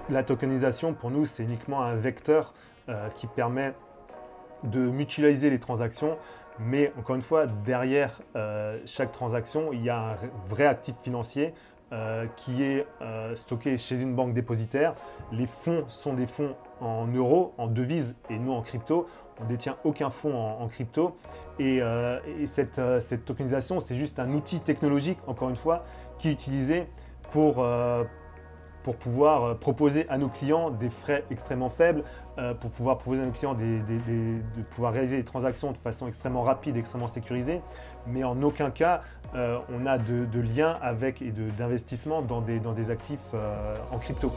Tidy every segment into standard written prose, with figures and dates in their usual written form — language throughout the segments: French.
la tokenisation, pour nous, c'est uniquement un vecteur qui permet de mutualiser les transactions. Mais encore une fois, derrière chaque transaction, il y a un vrai actif financier qui est stocké chez une banque dépositaire. Les fonds sont des fonds en euros, en devises et non en crypto. On ne détient aucun fonds en crypto. Et cette tokenisation, c'est juste un outil technologique, encore une fois, qui est utilisé pour, pour pouvoir proposer à nos clients des frais extrêmement faibles, pour pouvoir proposer à nos clients de pouvoir réaliser des transactions de façon extrêmement rapide, extrêmement sécurisée, mais en aucun cas on a de lien avec et d'investissement dans des actifs en crypto.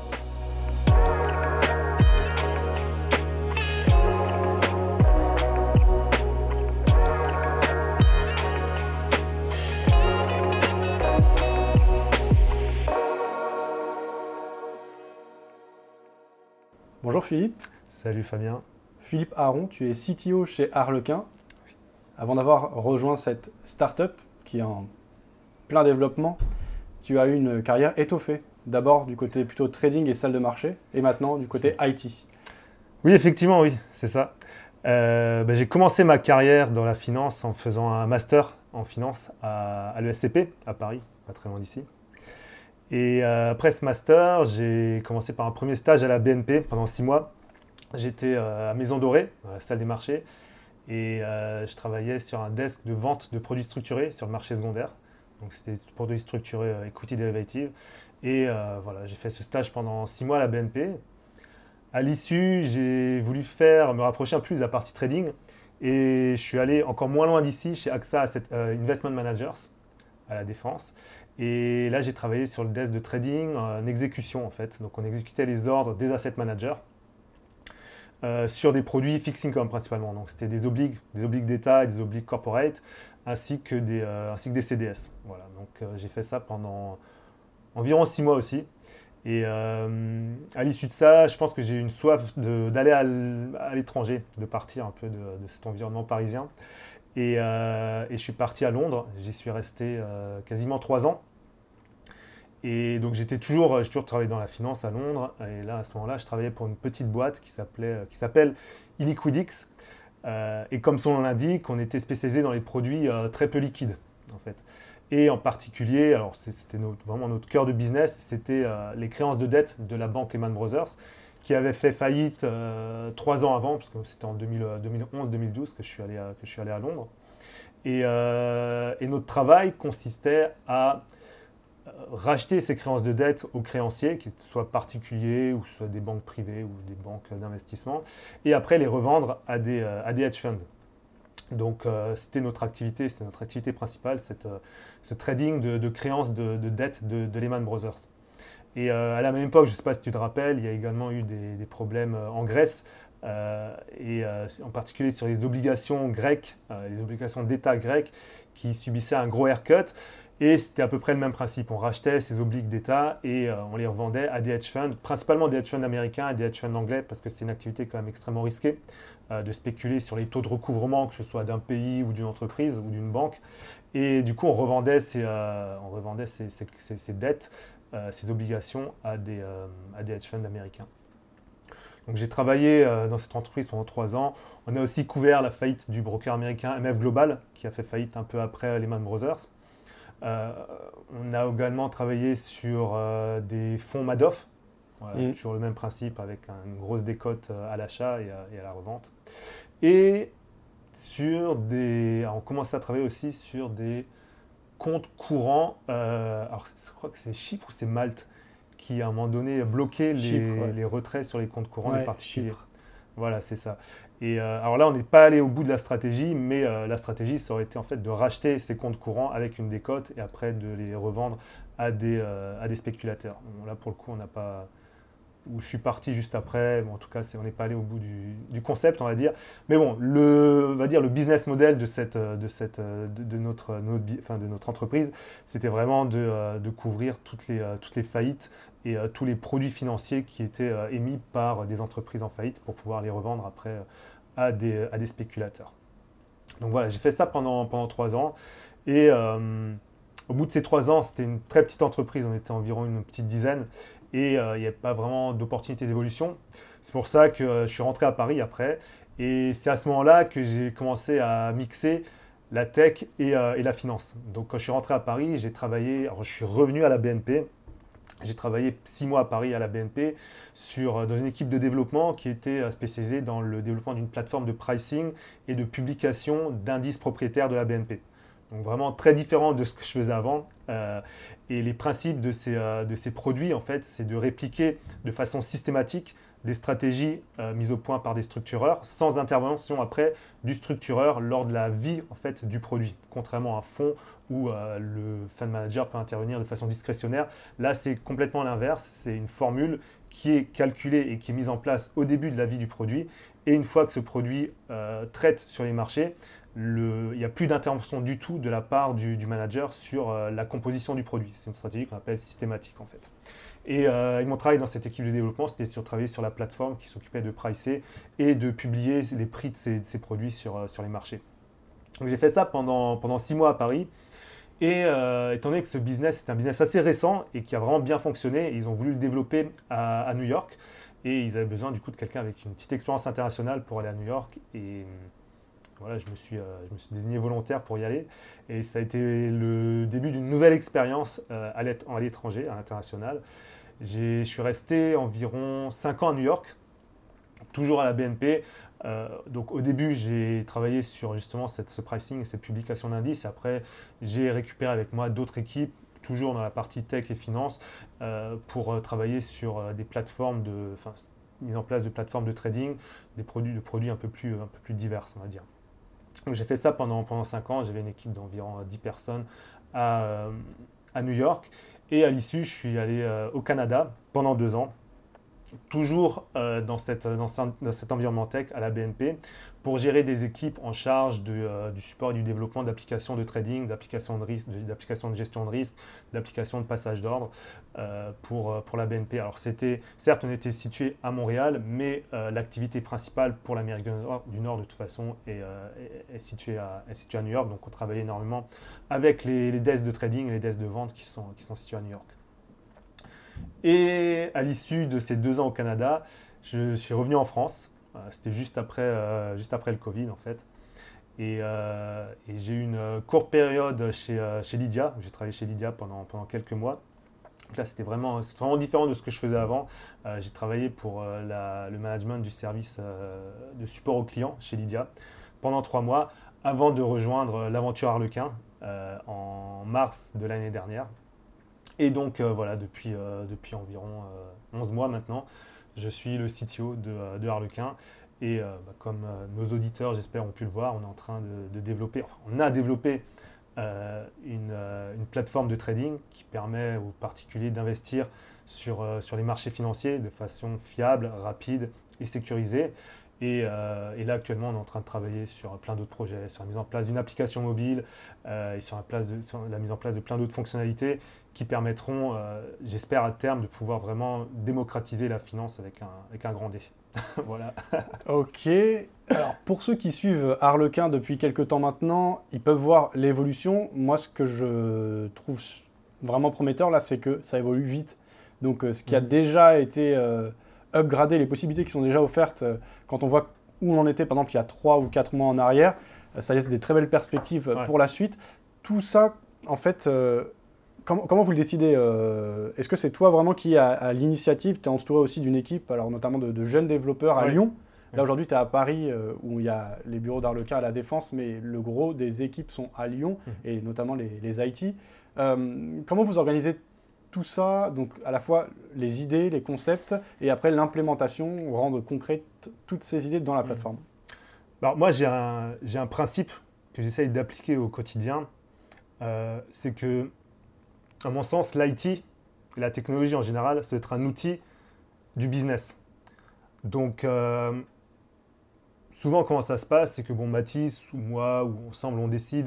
Bonjour Philippe. Salut Fabien. Philippe Aron, tu es CTO chez Harlequin. Avant d'avoir rejoint cette startup qui est en plein développement, tu as eu une carrière étoffée. D'abord du côté plutôt trading et salle de marché, et maintenant du côté IT. Oui, effectivement, oui, c'est ça. J'ai commencé ma carrière dans la finance en faisant un master en finance à l'ESCP, à Paris, pas très loin d'ici. Et après ce master, j'ai commencé par un premier stage à la BNP pendant 6 mois. J'étais à Maison Dorée, dans la salle des marchés, et je travaillais sur un desk de vente de produits structurés sur le marché secondaire. Donc c'était des produits structurés equity derivative. Et voilà, j'ai fait ce stage pendant 6 mois à la BNP. À l'issue, j'ai voulu me rapprocher un peu plus de la partie trading. Et je suis allé encore moins loin d'ici, chez AXA Investment Managers, à la Défense. Et là, j'ai travaillé sur le desk de trading en exécution, en fait. Donc, on exécutait les ordres des asset managers sur des produits fixed income principalement. Donc, c'était des obligues d'État et des obligues corporate, ainsi que des CDS. Voilà. Donc, j'ai fait ça pendant environ 6 mois aussi. Et à l'issue de ça, je pense que j'ai eu une soif d'aller à l'étranger, de partir un peu de cet environnement parisien. Et je suis parti à Londres. J'y suis resté quasiment 3 ans. Et donc j'ai toujours travaillé dans la finance à Londres. Et là, à ce moment-là, je travaillais pour une petite boîte qui s'appelle Illiquidix. Et comme son nom l'indique, on était spécialisé dans les produits très peu liquides, en fait. Et en particulier, alors c'était vraiment notre cœur de business, c'était les créances de dette de la banque Lehman Brothers, qui avait fait faillite 3 ans avant, parce que c'était en 2011-2012 que je suis allé à Londres. Et notre travail consistait à racheter ces créances de dette aux créanciers, qu'ils soient particuliers ou soit des banques privées ou des banques d'investissement, et après les revendre à des hedge funds. Donc c'était notre activité principale, ce trading de créances de dette de Lehman Brothers. Et à la même époque, je ne sais pas si tu te rappelles, il y a également eu des problèmes en Grèce, et en particulier sur les obligations grecques, les obligations d'État grecs qui subissaient un gros haircut. Et c'était à peu près le même principe. On rachetait ces obligues d'État et on les revendait à des hedge funds, principalement des hedge funds américains et des hedge funds anglais, parce que c'est une activité quand même extrêmement risquée de spéculer sur les taux de recouvrement, que ce soit d'un pays ou d'une entreprise ou d'une banque. Et du coup, on revendait ces dettes, ces obligations à des hedge funds américains. Donc j'ai travaillé dans cette entreprise pendant 3 ans. On a aussi couvert la faillite du broker américain MF Global, qui a fait faillite un peu après Lehman Brothers. On a également travaillé sur des fonds Madoff, voilà, toujours le même principe avec une grosse décote à l'achat et à la revente. Et on commençait à travailler aussi sur des comptes courants. Alors, je crois que c'est Chypre ou c'est Malte qui, à un moment donné, bloquait les retraits sur les comptes courants des particuliers. Chypre. Voilà, c'est ça. Et alors là, on n'est pas allé au bout de la stratégie, mais la stratégie, ça aurait été en fait de racheter ces comptes courants avec une décote et après de les revendre à des spéculateurs. Bon, là, pour le coup, on n'a pas... Où je suis parti juste après, bon, en tout cas, on n'est pas allé au bout du concept, on va dire. Mais bon, on va dire le business model de notre entreprise, c'était vraiment de couvrir toutes les faillites et tous les produits financiers qui étaient émis par des entreprises en faillite pour pouvoir les revendre après à des spéculateurs. Donc voilà, j'ai fait ça pendant 3 ans. Et Au bout de ces 3 ans, c'était une très petite entreprise, on était environ une petite dizaine, et il n'y avait pas vraiment d'opportunité d'évolution. C'est pour ça que je suis rentré à Paris après, et c'est à ce moment-là que j'ai commencé à mixer la tech et la finance. Donc quand je suis rentré à Paris, j'ai travaillé, alors je suis revenu à la BNP, j'ai travaillé 6 mois à Paris à la BNP dans une équipe de développement qui était spécialisée dans le développement d'une plateforme de pricing et de publication d'indices propriétaires de la BNP. Donc vraiment très différent de ce que je faisais avant. Et les principes de ces produits, en fait, c'est de répliquer de façon systématique des stratégies mises au point par des structureurs sans intervention après du structureur lors de la vie en fait, du produit. Contrairement à un fonds où le fund manager peut intervenir de façon discrétionnaire, là c'est complètement l'inverse. C'est une formule qui est calculée et qui est mise en place au début de la vie du produit. Et une fois que ce produit traite sur les marchés, il n'y a plus d'intervention du tout de la part du manager sur la composition du produit. C'est une stratégie qu'on appelle systématique en fait. Et mon travail dans cette équipe de développement, c'était de travailler sur la plateforme qui s'occupait de pricer et de publier les prix de ces produits sur les marchés. Donc j'ai fait ça pendant 6 mois à Paris. Et étant donné que ce business est un business assez récent et qui a vraiment bien fonctionné, ils ont voulu le développer à New York. Et ils avaient besoin du coup de quelqu'un avec une petite expérience internationale pour aller à New York. Et voilà, je me suis désigné volontaire pour y aller. Et ça a été le début d'une nouvelle expérience à l'étranger, à l'international. Je suis resté environ 5 ans à New York, toujours à la BNP. Donc au début, j'ai travaillé sur justement ce pricing et cette publication d'indices. Après, j'ai récupéré avec moi d'autres équipes, toujours dans la partie tech et finance, pour travailler sur des plateformes mise en place de plateformes de trading, des produits un peu plus divers, on va dire. Donc j'ai fait ça pendant 5 ans. J'avais une équipe d'environ 10 personnes à New York. Et à l'issue, je suis allé au Canada pendant 2 ans, toujours dans cet environnement tech à la BNP, pour gérer des équipes en charge du support et du développement d'applications de trading, d'applications de risque, d'applications de gestion de risque, d'applications de passage d'ordre pour la BNP. Alors certes, on était situé à Montréal, mais l'activité principale pour l'Amérique du Nord de toute façon est située à New York. Donc on travaillait énormément avec les desks de trading et les desks de vente qui sont situés à New York. Et à l'issue de ces 2 ans au Canada, je suis revenu en France. C'était juste après le Covid en fait. Et j'ai eu une courte période chez Lydia. J'ai travaillé chez Lydia pendant quelques mois. Donc là, c'est vraiment différent de ce que je faisais avant. J'ai travaillé pour le management du service de support aux clients chez Lydia pendant 3 mois avant de rejoindre l'aventure Harlequin en mars de l'année dernière. Et donc voilà, depuis environ 11 mois maintenant, je suis le CTO de Harlequin. Et comme nos auditeurs, j'espère, ont pu le voir, on est en train de développer, on a développé une plateforme de trading qui permet aux particuliers d'investir sur les marchés financiers de façon fiable, rapide et sécurisée. Et là, actuellement, on est en train de travailler sur plein d'autres projets, sur la mise en place d'une application mobile et sur la mise en place de plein d'autres fonctionnalités qui permettront, j'espère, à terme, de pouvoir vraiment démocratiser la finance avec un grand D. Voilà. Ok. Alors, pour ceux qui suivent Harlequin depuis quelques temps maintenant, ils peuvent voir l'évolution. Moi, ce que je trouve vraiment prometteur, là, c'est que ça évolue vite. Donc, ce qui a déjà été upgradé, les possibilités qui sont déjà offertes, quand on voit où on en était, par exemple, il y a 3 ou 4 mois en arrière, ça laisse des très belles perspectives pour la suite. Tout ça, en fait, comment vous le décidez Est-ce que c'est toi vraiment qui a l'initiative? Tu es entouré aussi d'une équipe, alors notamment de jeunes développeurs à Lyon. Là, aujourd'hui, tu es à Paris, où il y a les bureaux d'Harlequin à la Défense, mais le gros des équipes sont à Lyon, et notamment les IT. Comment vous organisez tout ça, donc à la fois les idées, les concepts, et après l'implémentation, rendre concrète toutes ces idées dans la plateforme? Alors moi, j'ai un principe que j'essaye d'appliquer au quotidien. C'est que, à mon sens, l'IT et la technologie en général, ça doit être un outil du business. Donc, souvent, comment ça se passe, c'est que Mathis ou moi, ou ensemble, on décide,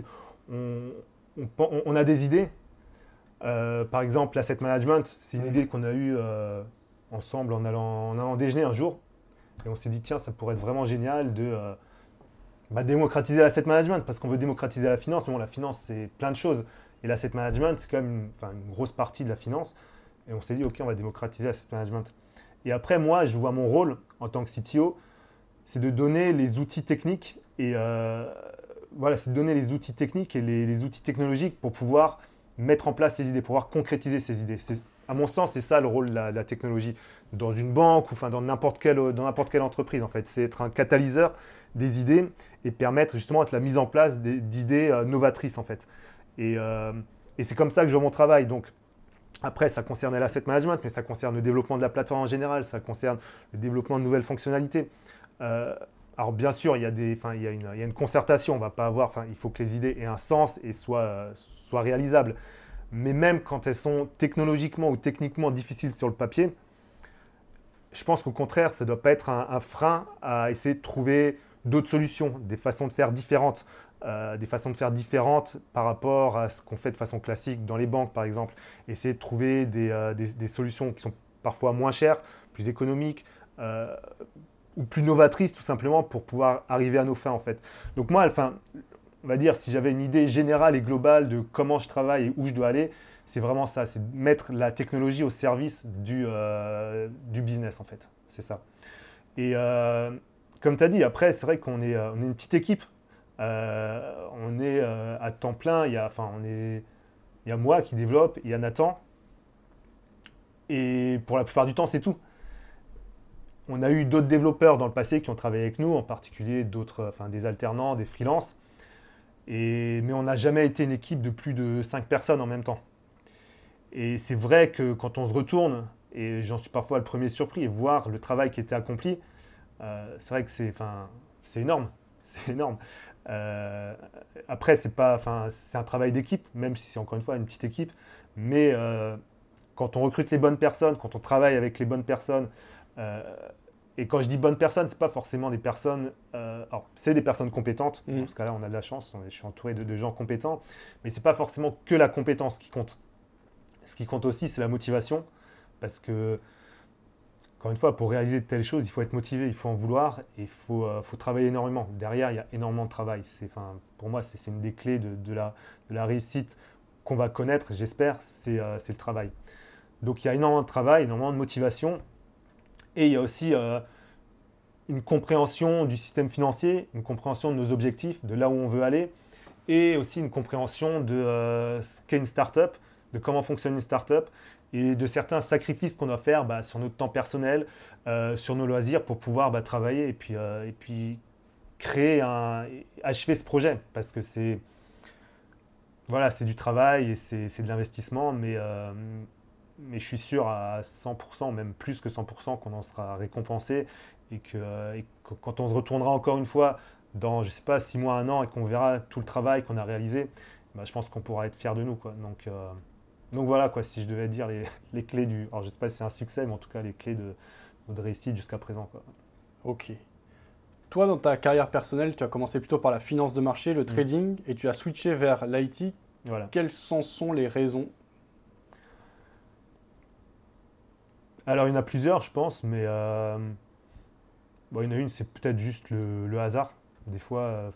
on a des idées. Par exemple, l'asset management, c'est une idée qu'on a eue ensemble en allant déjeuner un jour. Et on s'est dit, tiens, ça pourrait être vraiment génial de démocratiser l'asset management, parce qu'on veut démocratiser la finance. Mais bon, la finance, c'est plein de choses. Il Et l'asset management, c'est quand même une grosse partie de la finance. Et on s'est dit, OK, on va démocratiser l'asset management. Et après, moi, je vois mon rôle en tant que CTO, c'est de donner les outils techniques et c'est de donner les outils techniques et les outils technologiques pour pouvoir mettre en place ces idées, pour pouvoir concrétiser ces idées. À mon sens, c'est ça le rôle de la technologie dans une banque ou dans n'importe quelle entreprise. En fait, c'est être un catalyseur des idées et permettre justement la mise en place d'idées novatrices en fait. Et c'est comme ça que je vois mon travail. Donc après, ça concerne l'asset management, mais ça concerne le développement de la plateforme en général, ça concerne le développement de nouvelles fonctionnalités. Alors bien sûr, il y a une concertation, on va pas avoir, il faut que les idées aient un sens et soient réalisables. Mais même quand elles sont technologiquement ou techniquement difficiles sur le papier, je pense qu'au contraire, ça ne doit pas être un frein à essayer de trouver d'autres solutions, des façons de faire différentes. Par rapport à ce qu'on fait de façon classique dans les banques, par exemple. Essayer de trouver des solutions qui sont parfois moins chères, plus économiques, ou plus novatrices, tout simplement, pour pouvoir arriver à nos fins, en fait. Donc moi, on va dire, si j'avais une idée générale et globale de comment je travaille et où je dois aller, c'est vraiment ça, c'est de mettre la technologie au service du business, en fait. C'est ça. Et comme tu as dit, après, c'est vrai qu'on est une petite équipe. On est à temps plein, il y a moi qui développe, il y a Nathan. Et pour la plupart du temps, c'est tout. On a eu d'autres développeurs dans le passé qui ont travaillé avec nous, en particulier des alternants, des freelances. Mais on n'a jamais été une équipe de plus de 5 personnes en même temps. Et c'est vrai que quand on se retourne, et j'en suis parfois le premier surpris, et voir le travail qui était accompli, c'est vrai que c'est énorme. C'est énorme. Après, c'est un travail d'équipe, même si c'est encore une fois une petite équipe. Mais quand on recrute les bonnes personnes, quand on travaille avec les bonnes personnes, et quand je dis bonnes personnes, c'est pas forcément des personnes. Alors, c'est des personnes compétentes. Dans ce cas-là, on a de la chance. Je suis entouré de gens compétents, mais c'est pas forcément que la compétence qui compte. Ce qui compte aussi, c'est la motivation, parce que encore une fois, pour réaliser de telles choses, il faut être motivé, il faut en vouloir et il faut travailler énormément. Derrière, il y a énormément de travail. Pour moi, c'est une des clés de la réussite qu'on va connaître, j'espère, c'est le travail. Donc il y a énormément de travail, énormément de motivation et il y a aussi une compréhension du système financier, une compréhension de nos objectifs, de là où on veut aller et aussi une compréhension de ce qu'est une start-up, de comment fonctionne une start-up et de certains sacrifices qu'on doit faire sur notre temps personnel, sur nos loisirs pour pouvoir travailler et puis achever ce projet. Parce que c'est du travail et c'est de l'investissement, mais je suis sûr à 100%, même plus que 100%, qu'on en sera récompensé et que quand on se retournera encore une fois dans, je sais pas, 6 mois, 1 an et qu'on verra tout le travail qu'on a réalisé, je pense qu'on pourra être fier de nous, quoi. Donc voilà, quoi, si je devais dire les clés du... Alors je ne sais pas si c'est un succès, mais en tout cas les clés de notre réussite jusqu'à présent, quoi. Ok. Toi, dans ta carrière personnelle, tu as commencé plutôt par la finance de marché, le trading, et tu as switché vers l'IT. Voilà. Quelles sont les raisons? Alors il y en a plusieurs, je pense, mais il y en a une, c'est peut-être juste le hasard. Des fois,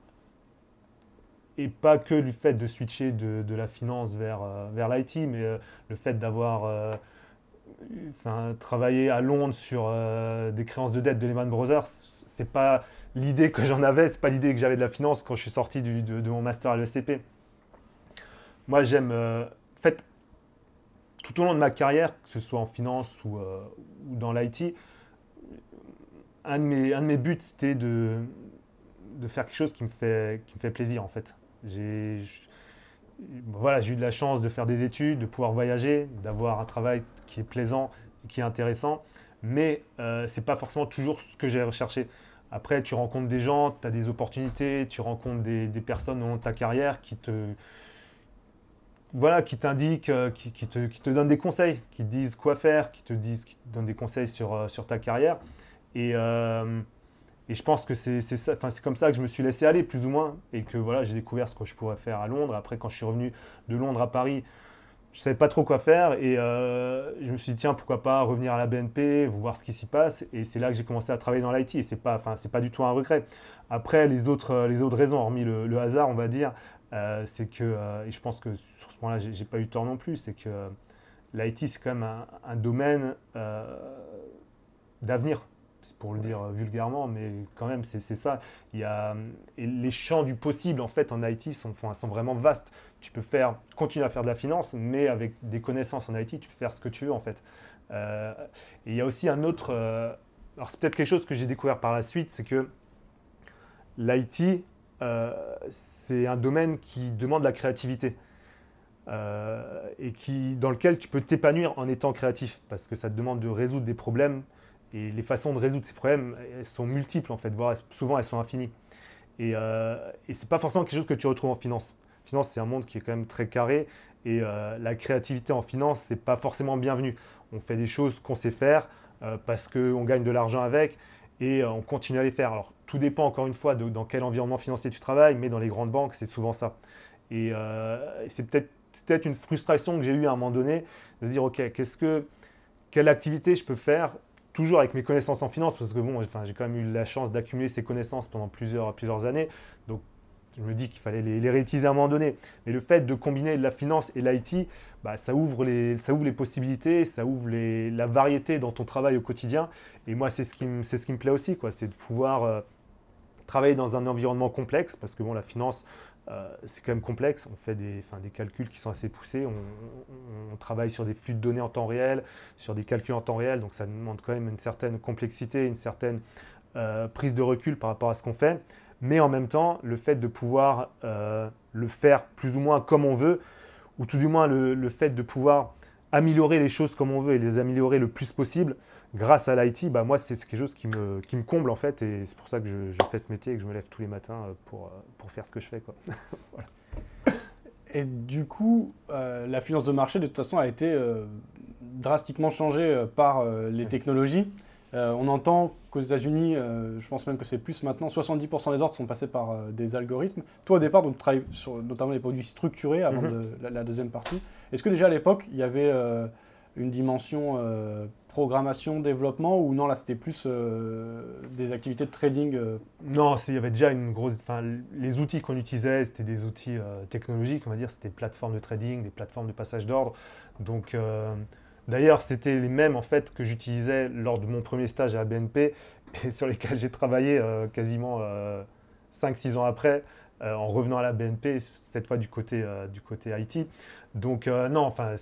et pas que le fait de switcher de la finance vers l'IT, mais le fait d'avoir travaillé à Londres sur des créances de dette de Lehman Brothers, c'est pas l'idée que j'en avais, c'est pas l'idée que j'avais de la finance quand je suis sorti de mon master à l'ESCP. Moi, j'aime, en fait, tout au long de ma carrière, que ce soit en finance ou dans l'IT, un de mes buts, c'était de faire quelque chose qui me fait plaisir, en fait. J'ai eu de la chance de faire des études, de pouvoir voyager, d'avoir un travail qui est plaisant, qui est intéressant, mais c'est pas forcément toujours ce que j'ai recherché. Après, tu rencontres des gens, tu as des opportunités, tu rencontres des personnes au long de ta carrière qui t'indiquent, qui te donnent des conseils, qui te disent quoi faire, qui te donnent des conseils sur ta carrière. Et je pense que c'est comme ça que je me suis laissé aller, plus ou moins, et que j'ai découvert ce que je pourrais faire à Londres. Après, quand je suis revenu de Londres à Paris, je ne savais pas trop quoi faire, et je me suis dit, tiens, pourquoi pas revenir à la BNP, voir ce qui s'y passe, et c'est là que j'ai commencé à travailler dans l'IT, et c'est pas du tout un regret. Après, les autres raisons, hormis le hasard, on va dire, C'est que, et je pense que sur ce point-là, j'ai pas eu tort non plus, c'est que l'IT, c'est quand même un domaine d'avenir, c'est pour le dire vulgairement, mais quand même, c'est ça. Et les champs du possible, en fait, en IT sont vraiment vastes. Tu peux continuer à faire de la finance, mais avec des connaissances en IT, tu peux faire ce que tu veux, en fait. Et il y a aussi un autre... alors, c'est peut-être quelque chose que j'ai découvert par la suite, c'est que l'IT, c'est un domaine qui demande la créativité. Et dans lequel tu peux t'épanouir en étant créatif, parce que ça te demande de résoudre des problèmes, et les façons de résoudre ces problèmes, elles sont multiples en fait, voire souvent elles sont infinies. Et c'est pas forcément quelque chose que tu retrouves en finance. Finance, c'est un monde qui est quand même très carré, et la créativité en finance, c'est pas forcément bienvenu. On fait des choses qu'on sait faire parce qu'on gagne de l'argent avec, et on continue à les faire. Alors tout dépend encore une fois dans quel environnement financier tu travailles, mais dans les grandes banques, c'est souvent ça. Et c'est peut-être une frustration que j'ai eue à un moment donné, de se dire, ok, quelle activité je peux faire, toujours avec mes connaissances en finance, parce que bon, enfin, j'ai quand même eu la chance d'accumuler ces connaissances pendant plusieurs années, donc je me dis qu'il fallait les réutiliser à un moment donné. Mais le fait de combiner la finance et l'IT, bah, ça ouvre les possibilités, ça ouvre la variété dans ton travail au quotidien. Et moi, c'est ce qui me plaît aussi, quoi, c'est de pouvoir travailler dans un environnement complexe, parce que bon, la finance, c'est quand même complexe. On fait des calculs qui sont assez poussés. On travaille sur des flux de données en temps réel, sur des calculs en temps réel. Donc ça demande quand même une certaine complexité, une certaine prise de recul par rapport à ce qu'on fait. Mais en même temps, le fait de pouvoir le faire plus ou moins comme on veut, ou tout du moins le fait de pouvoir améliorer les choses comme on veut et les améliorer le plus possible grâce à l'IT, bah moi c'est quelque chose qui me comble en fait, et c'est pour ça que je fais ce métier et que je me lève tous les matins pour faire ce que je fais, quoi. Voilà. Et du coup, la finance de marché, de toute façon, a été drastiquement changée par les technologies. On entend qu'aux États-Unis, je pense même que c'est plus maintenant, 70% des ordres sont passés par des algorithmes. Toi, au départ, donc, tu travailles sur notamment les produits structurés avant la deuxième partie. Est-ce que déjà à l'époque, il y avait une dimension programmation, développement, ou non, là, c'était plus des activités de trading Non, il y avait déjà une grosse... Enfin, les outils qu'on utilisait, c'était des outils technologiques, on va dire. C'était des plateformes de trading, des plateformes de passage d'ordre. Donc, d'ailleurs, c'était les mêmes en fait que j'utilisais lors de mon premier stage à la BNP et sur lesquels j'ai travaillé quasiment 5-6 ans après, en revenant à la BNP, cette fois du côté IT. Donc, non, enfin,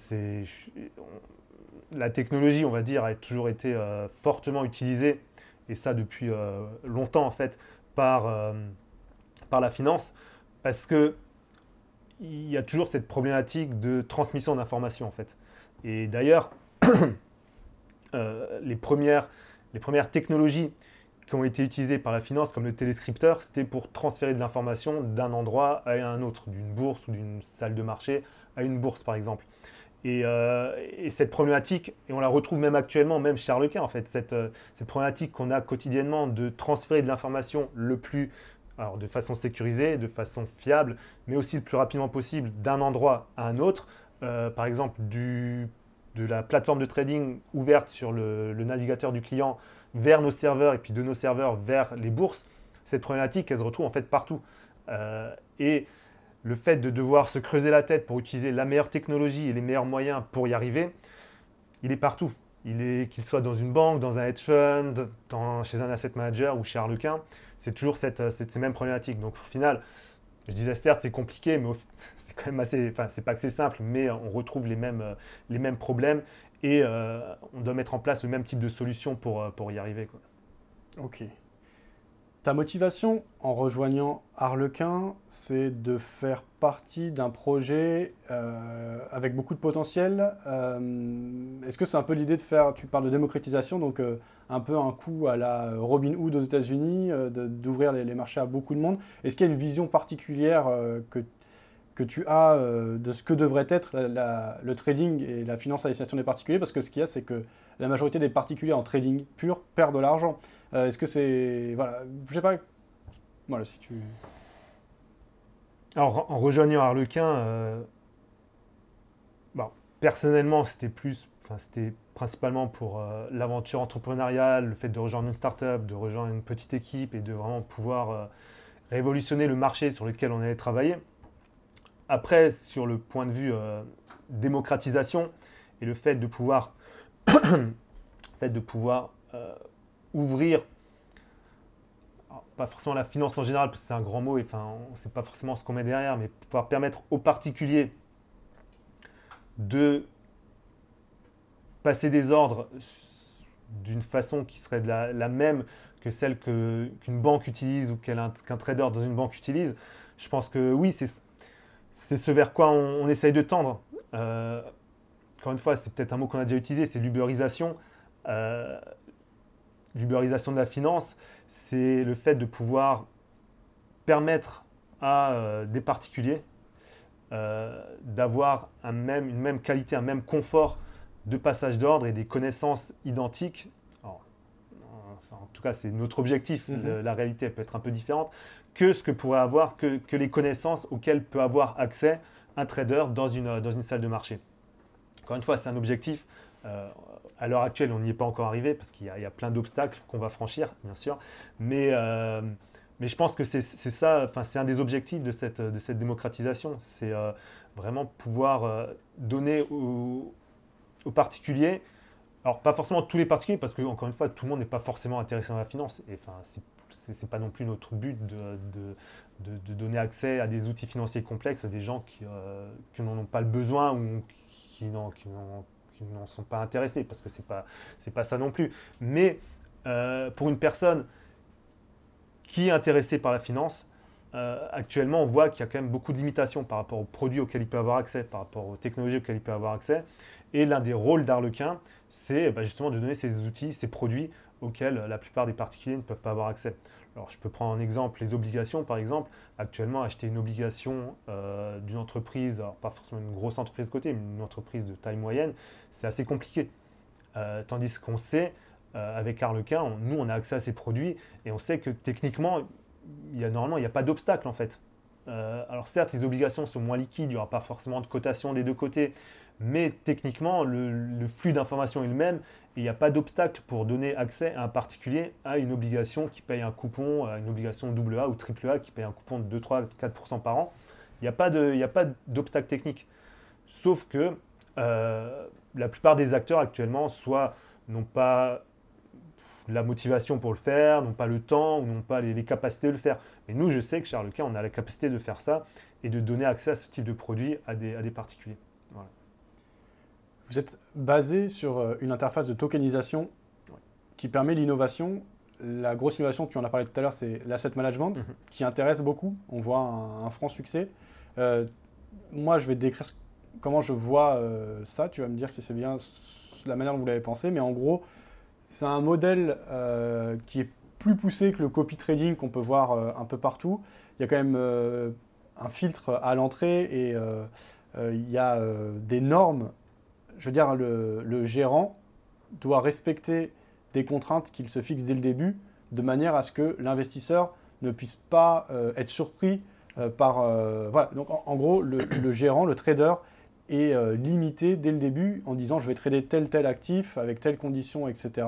la technologie, on va dire, a toujours été fortement utilisée, et ça depuis longtemps en fait, par la finance, parce que il y a toujours cette problématique de transmission d'informations en fait. Et d'ailleurs, les premières technologies qui ont été utilisées par la finance, comme le téléscripteur, c'était pour transférer de l'information d'un endroit à un autre, d'une bourse ou d'une salle de marché à une bourse par exemple. Et cette problématique, et on la retrouve même actuellement, même chez Arlequin en fait, cette problématique qu'on a quotidiennement de transférer de l'information alors de façon sécurisée, de façon fiable, mais aussi le plus rapidement possible d'un endroit à un autre. Par exemple, de la plateforme de trading ouverte sur le navigateur du client vers nos serveurs, et puis de nos serveurs vers les bourses. Cette problématique, elle se retrouve en fait partout. Et le fait de devoir se creuser la tête pour utiliser la meilleure technologie et les meilleurs moyens pour y arriver, il est partout. Qu'il soit dans une banque, dans un hedge fund, chez un asset manager ou chez Arlequin, c'est toujours ces mêmes problématiques. Donc au final, je disais certes c'est compliqué, mais c'est quand même assez... Enfin, c'est pas que c'est simple, mais on retrouve les mêmes problèmes, et on doit mettre en place le même type de solution pour y arriver, quoi. Ok. Ta motivation en rejoignant Arlequin, c'est de faire partie d'un projet avec beaucoup de potentiel. Est-ce que c'est un peu l'idée de faire, tu parles de démocratisation, donc un peu un coup à la Robin Hood aux États-Unis, d'ouvrir les marchés à beaucoup de monde. Est-ce qu'il y a une vision particulière que tu as de ce que devrait être le trading et la finance à destination des particuliers? Parce que ce qu'il y a, c'est que la majorité des particuliers en trading pur perdent de l'argent. Est-ce que c'est... Voilà, je sais pas... Voilà, si tu... Alors, en rejoignant Arlequin, bon, personnellement, c'était principalement pour l'aventure entrepreneuriale, le fait de rejoindre une start-up, de rejoindre une petite équipe et de vraiment pouvoir révolutionner le marché sur lequel on allait travailler. Après, sur le point de vue démocratisation et le fait de pouvoir, ouvrir, alors, pas forcément la finance en général, parce que c'est un grand mot et enfin, on ne sait pas forcément ce qu'on met derrière, mais pouvoir permettre aux particuliers de passer des ordres d'une façon qui serait la même que celle qu'une banque utilise ou qu'un trader dans une banque utilise, je pense que oui, c'est ce vers quoi on essaye de tendre. Encore une fois, c'est peut-être un mot qu'on a déjà utilisé, c'est l'uberisation. L'uberisation de la finance, c'est le fait de pouvoir permettre à des particuliers d'avoir une même qualité, un même confort de passage d'ordre et des connaissances identiques. Alors, en tout cas, c'est notre objectif. La réalité elle peut être un peu différente que ce que pourrait avoir, que les connaissances auxquelles peut avoir accès un trader dans une salle de marché. Encore une fois, c'est un objectif. À l'heure actuelle, on n'y est pas encore arrivé parce qu'il y a plein d'obstacles qu'on va franchir, bien sûr. Mais je pense que c'est ça, c'est un des objectifs de cette démocratisation. C'est vraiment pouvoir donner aux particuliers, alors pas forcément tous les particuliers, parce que encore une fois, tout le monde n'est pas forcément intéressé dans la finance. Et enfin, c'est pas non plus notre but de donner accès à des outils financiers complexes à des gens qui n'en ont pas le besoin ou qui n'en sont pas intéressés, parce que c'est pas ça non plus. Mais pour une personne qui est intéressée par la finance, actuellement, on voit qu'il y a quand même beaucoup de limitations par rapport aux produits auxquels il peut avoir accès, par rapport aux technologies auxquelles il peut avoir accès. Et l'un des rôles d'Arlequin, c'est justement de donner ces outils, ces produits auxquels la plupart des particuliers ne peuvent pas avoir accès. Alors, je peux prendre en exemple les obligations, par exemple. Actuellement, acheter une obligation d'une entreprise, alors pas forcément une grosse entreprise côté, mais une entreprise de taille moyenne, c'est assez compliqué. Tandis qu'on sait, avec Arlequin, nous, on a accès à ces produits et on sait que techniquement, normalement, il n'y a pas d'obstacle en fait. Alors certes, les obligations sont moins liquides, il n'y aura pas forcément de cotation des deux côtés, mais techniquement, le flux d'informations est le même et il n'y a pas d'obstacle pour donner accès à un particulier à une obligation qui paye un coupon, à une obligation AA ou AAA qui paye un coupon de 2, 3, 4% par an. Il n'y a pas d'obstacle technique. Sauf que la plupart des acteurs actuellement, soit n'ont pas la motivation pour le faire, n'ont pas le temps ou n'ont pas les capacités de le faire. Mais nous, je sais que chez Arlequin, on a la capacité de faire ça et de donner accès à ce type de produit à des particuliers. Voilà. Vous êtes basé sur une interface de tokenisation qui permet l'innovation. La grosse innovation, tu en as parlé tout à l'heure, c'est l'asset management qui intéresse beaucoup. On voit un franc succès. Moi, je vais te décrire comment je vois ça. Tu vas me dire si c'est bien la manière dont vous l'avez pensé. Mais en gros, c'est un modèle qui est plus poussé que le copy trading qu'on peut voir un peu partout. Il y a quand même un filtre à l'entrée et il y a des normes. Je veux dire, le gérant doit respecter des contraintes qu'il se fixe dès le début, de manière à ce que l'investisseur ne puisse pas être surpris par... voilà. Donc en gros, le gérant, le trader, est limité dès le début en disant je vais trader tel actif avec telles conditions, etc.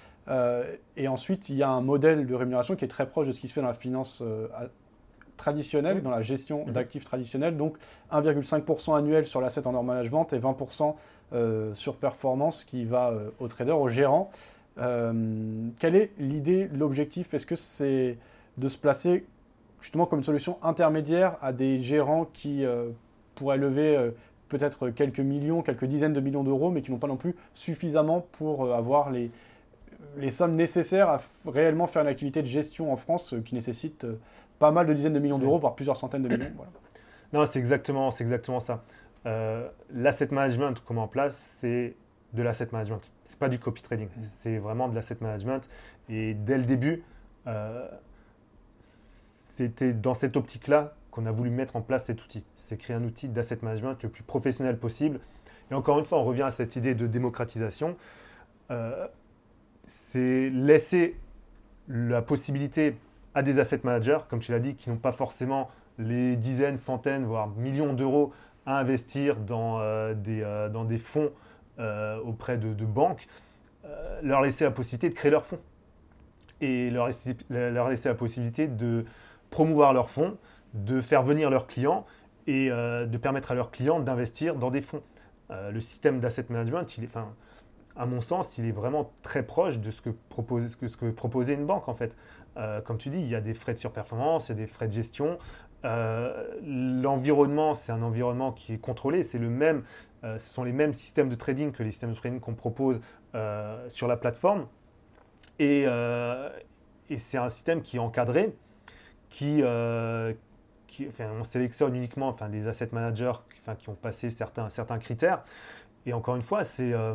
Et ensuite, il y a un modèle de rémunération qui est très proche de ce qui se fait dans la finance traditionnelle, dans la gestion d'actifs traditionnels. Donc 1,5% annuel sur l'asset under management et 20% sur performance qui va au trader, au gérant. Quelle est l'idée, l'objectif? Est-ce que c'est de se placer justement comme une solution intermédiaire à des gérants qui pourraient lever peut-être quelques millions, quelques dizaines de millions d'euros, mais qui n'ont pas non plus suffisamment pour avoir les sommes nécessaires à réellement faire une activité de gestion en France qui nécessite pas mal de dizaines de millions d'euros, voire plusieurs centaines de millions. Voilà. Non, c'est exactement ça. L'asset management qu'on met en place, c'est de l'asset management. Ce n'est pas du copy trading, c'est vraiment de l'asset management. Et dès le début, c'était dans cette optique-là qu'on a voulu mettre en place cet outil. C'est créer un outil d'asset management le plus professionnel possible. Et encore une fois, on revient à cette idée de démocratisation. C'est laisser la possibilité à des asset managers, comme tu l'as dit, qui n'ont pas forcément les dizaines, centaines, voire millions d'euros à investir dans des fonds auprès de banques, leur laisser la possibilité de créer leurs fonds et leur laisser la possibilité de promouvoir leurs fonds, de faire venir leurs clients et de permettre à leurs clients d'investir dans des fonds. Le système d'asset management, à mon sens, il est vraiment très proche de ce que proposait une banque en fait. Comme tu dis, il y a des frais de surperformance, il y a des frais de gestion. L'environnement, c'est un environnement qui est contrôlé. Ce sont les mêmes systèmes de trading que les systèmes de trading qu'on propose sur la plateforme. Et c'est un système qui est encadré, on sélectionne uniquement des asset managers qui ont passé certains critères. Et encore une fois,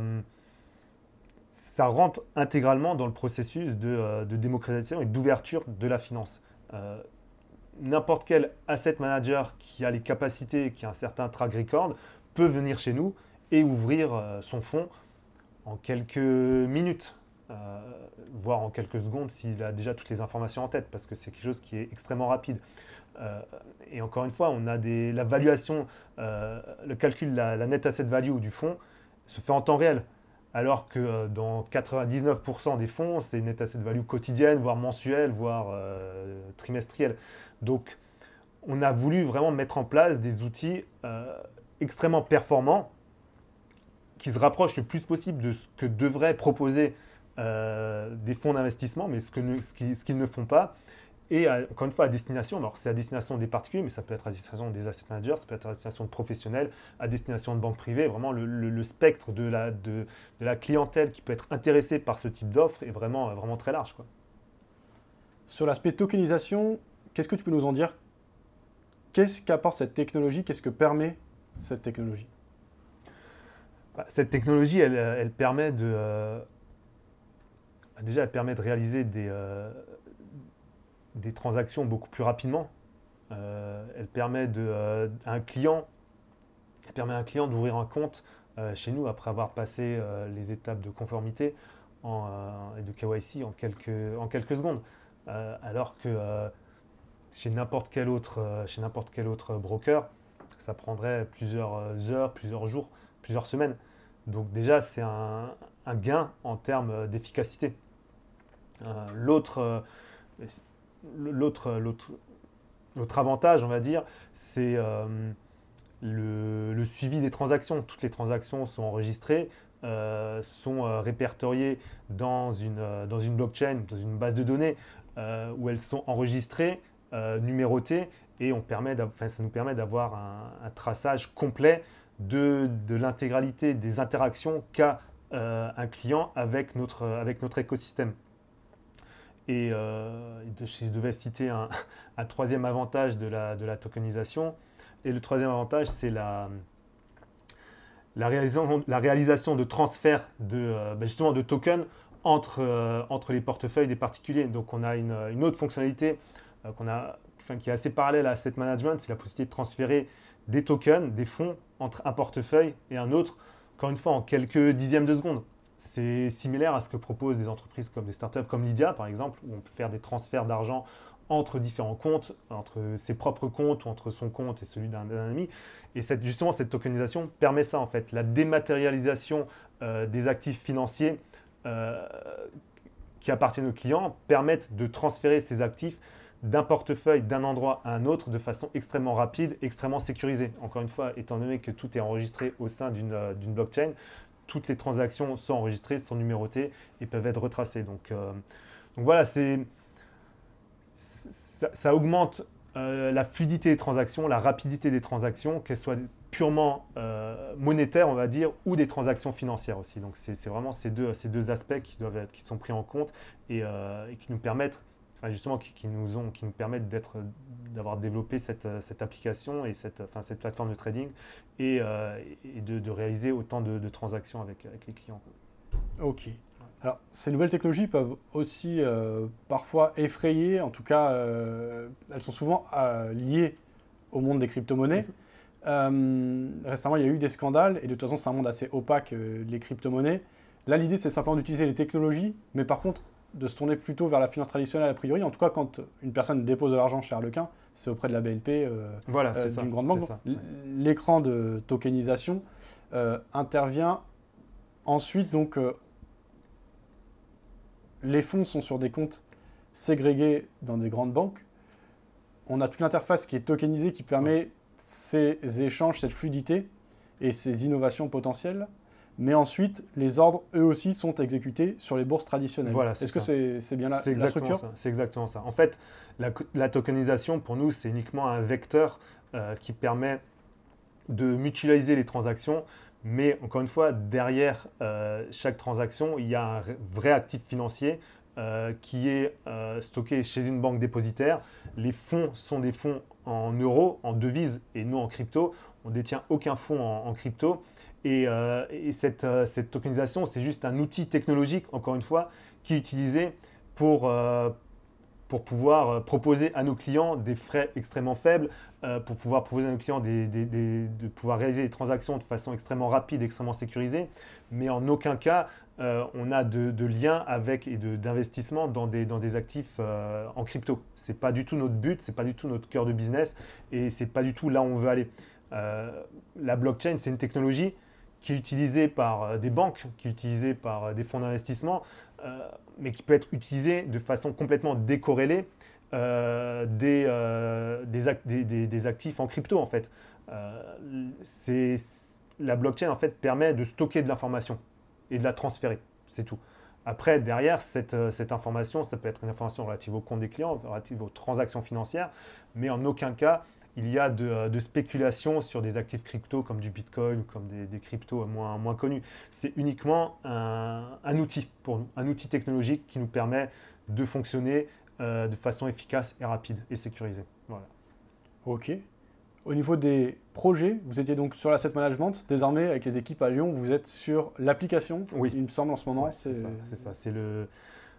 ça rentre intégralement dans le processus de démocratisation et d'ouverture de la finance. N'importe quel asset manager qui a les capacités, qui a un certain track record, peut venir chez nous et ouvrir son fonds en quelques minutes, voire en quelques secondes s'il a déjà toutes les informations en tête, parce que c'est quelque chose qui est extrêmement rapide. Et encore une fois, on a la valuation, le calcul, la net asset value du fonds se fait en temps réel. Alors que dans 99% des fonds, c'est une net asset value quotidienne, voire mensuelle, voire trimestrielle. Donc, on a voulu vraiment mettre en place des outils extrêmement performants qui se rapprochent le plus possible de ce que devraient proposer des fonds d'investissement, mais ce qu'ils ne font pas. Et encore une fois, à destination, alors c'est à destination des particuliers, mais ça peut être à destination des asset managers, ça peut être à destination de professionnels, à destination de banques privées. Vraiment, le spectre de la clientèle qui peut être intéressée par ce type d'offre est vraiment, vraiment très large, quoi. Sur l'aspect tokenisation, qu'est-ce que tu peux nous en dire? Qu'est-ce qu'apporte cette technologie? Qu'est-ce que permet cette technologie? Cette technologie, elle permet déjà, elle permet de réaliser des transactions beaucoup plus rapidement. Elle permet à un client d'ouvrir un compte chez nous après avoir passé les étapes de conformité et de KYC en quelques secondes. Alors que chez n'importe quel autre broker, ça prendrait plusieurs heures, plusieurs jours, plusieurs semaines. Donc déjà, c'est un gain en termes d'efficacité. L'autre avantage, on va dire, c'est le suivi des transactions. Toutes les transactions sont enregistrées, sont répertoriées dans une blockchain, dans une base de données, où elles sont enregistrées, numérotées, et ça nous permet d'avoir un traçage complet de l'intégralité des interactions qu'a un client avec notre écosystème. Et si je devais citer un troisième avantage de la tokenisation, et le troisième avantage, c'est la réalisation de transferts justement de tokens entre les portefeuilles des particuliers. Donc on a une autre fonctionnalité qui est assez parallèle à Asset Management, c'est la possibilité de transférer des tokens, des fonds entre un portefeuille et un autre, encore une fois en quelques dixièmes de seconde. C'est similaire à ce que proposent des entreprises comme des startups comme Lydia par exemple, où on peut faire des transferts d'argent entre différents comptes, entre ses propres comptes ou entre son compte et celui d'un ami. Et justement, cette tokenisation permet ça en fait, la dématérialisation des actifs financiers qui appartiennent aux clients permettent de transférer ces actifs d'un portefeuille, d'un endroit à un autre de façon extrêmement rapide, extrêmement sécurisée. Encore une fois, étant donné que tout est enregistré au sein d'une blockchain, toutes les transactions sont enregistrées, sont numérotées et peuvent être retracées. Donc voilà, ça augmente la fluidité des transactions, la rapidité des transactions, qu'elles soient purement monétaires, on va dire, ou des transactions financières aussi. Donc c'est vraiment ces deux aspects qui sont pris en compte et qui nous permettent, justement, qui nous permettent d'avoir développé cette application et cette plateforme de trading et de réaliser autant de transactions avec les clients. Ok. Alors, ces nouvelles technologies peuvent aussi parfois effrayer, en tout cas, elles sont souvent liées au monde des crypto-monnaies. Récemment, il y a eu des scandales, et de toute façon, c'est un monde assez opaque, les crypto-monnaies. Là, l'idée, c'est simplement d'utiliser les technologies, mais par contre, de se tourner plutôt vers la finance traditionnelle a priori. En tout cas, quand une personne dépose de l'argent chez Harlequin, c'est auprès de la BNP, d'une grande banque. L'écran de tokenisation intervient ensuite, donc les fonds sont sur des comptes ségrégés dans des grandes banques. On a toute l'interface qui est tokenisée, qui permet ces échanges, cette fluidité et ces innovations potentielles, mais ensuite, les ordres, eux aussi, sont exécutés sur les bourses traditionnelles. Voilà, Est-ce que c'est bien la structure? C'est exactement ça. En fait, la tokenisation, pour nous, c'est uniquement un vecteur qui permet de mutualiser les transactions, mais encore une fois, derrière chaque transaction, il y a un vrai actif financier qui est stocké chez une banque dépositaire. Les fonds sont des fonds en euros, en devises et non en crypto. On ne détient aucun fonds en crypto. Et cette tokenisation, c'est juste un outil technologique, encore une fois, qui est utilisé pour pouvoir proposer à nos clients des frais extrêmement faibles, pour pouvoir proposer à nos clients de pouvoir réaliser des transactions de façon extrêmement rapide, extrêmement sécurisée, mais en aucun cas on a de lien avec et d'investissement dans des actifs en crypto. Ce n'est pas du tout notre but, ce n'est pas du tout notre cœur de business et ce n'est pas du tout là où on veut aller. La blockchain, c'est une technologie qui est utilisée par des banques, qui est utilisée par des fonds d'investissement, mais qui peut être utilisée de façon complètement décorrélée des actifs en crypto en fait. La blockchain en fait permet de stocker de l'information et de la transférer, c'est tout. Après, derrière, cette information, ça peut être une information relative au compte des clients, relative aux transactions financières, mais en aucun cas, il y a de spéculation sur des actifs crypto comme du Bitcoin ou comme des cryptos moins connus. C'est uniquement un outil pour nous, un outil technologique qui nous permet de fonctionner de façon efficace et rapide et sécurisée. Voilà. Ok. Au niveau des projets, vous étiez donc sur l'asset management. Désormais, avec les équipes à Lyon, vous êtes sur l'application. Oui. Il me semble en ce moment. Ouais, c'est ça. C'est le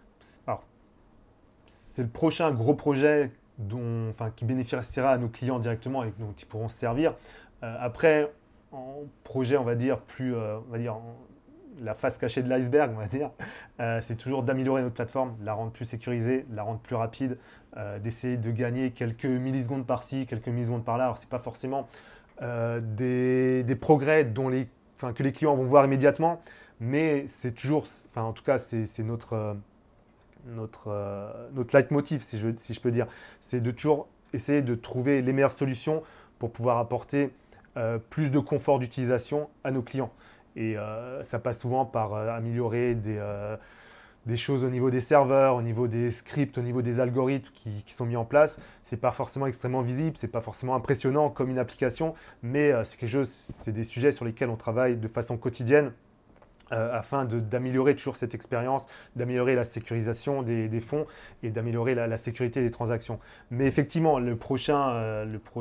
prochain gros projet qui bénéficiera à nos clients directement et donc qui pourront se servir. Après, en projet, on va dire, la face cachée de l'iceberg, on va dire, c'est toujours d'améliorer notre plateforme, de la rendre plus sécurisée, de la rendre plus rapide, d'essayer de gagner quelques millisecondes par-ci, quelques millisecondes par-là. Alors, ce n'est pas forcément des progrès que les clients vont voir immédiatement, mais c'est toujours, en tout cas, c'est notre leitmotiv, si je peux dire, c'est de toujours essayer de trouver les meilleures solutions pour pouvoir apporter plus de confort d'utilisation à nos clients. Et ça passe souvent par améliorer des choses au niveau des serveurs, au niveau des scripts, au niveau des algorithmes qui sont mis en place. Ce n'est pas forcément extrêmement visible, ce n'est pas forcément impressionnant comme une application, mais c'est des sujets sur lesquels on travaille de façon quotidienne. Afin d'améliorer toujours cette expérience, d'améliorer la sécurisation des fonds et d'améliorer la sécurité des transactions. Mais effectivement, le prochain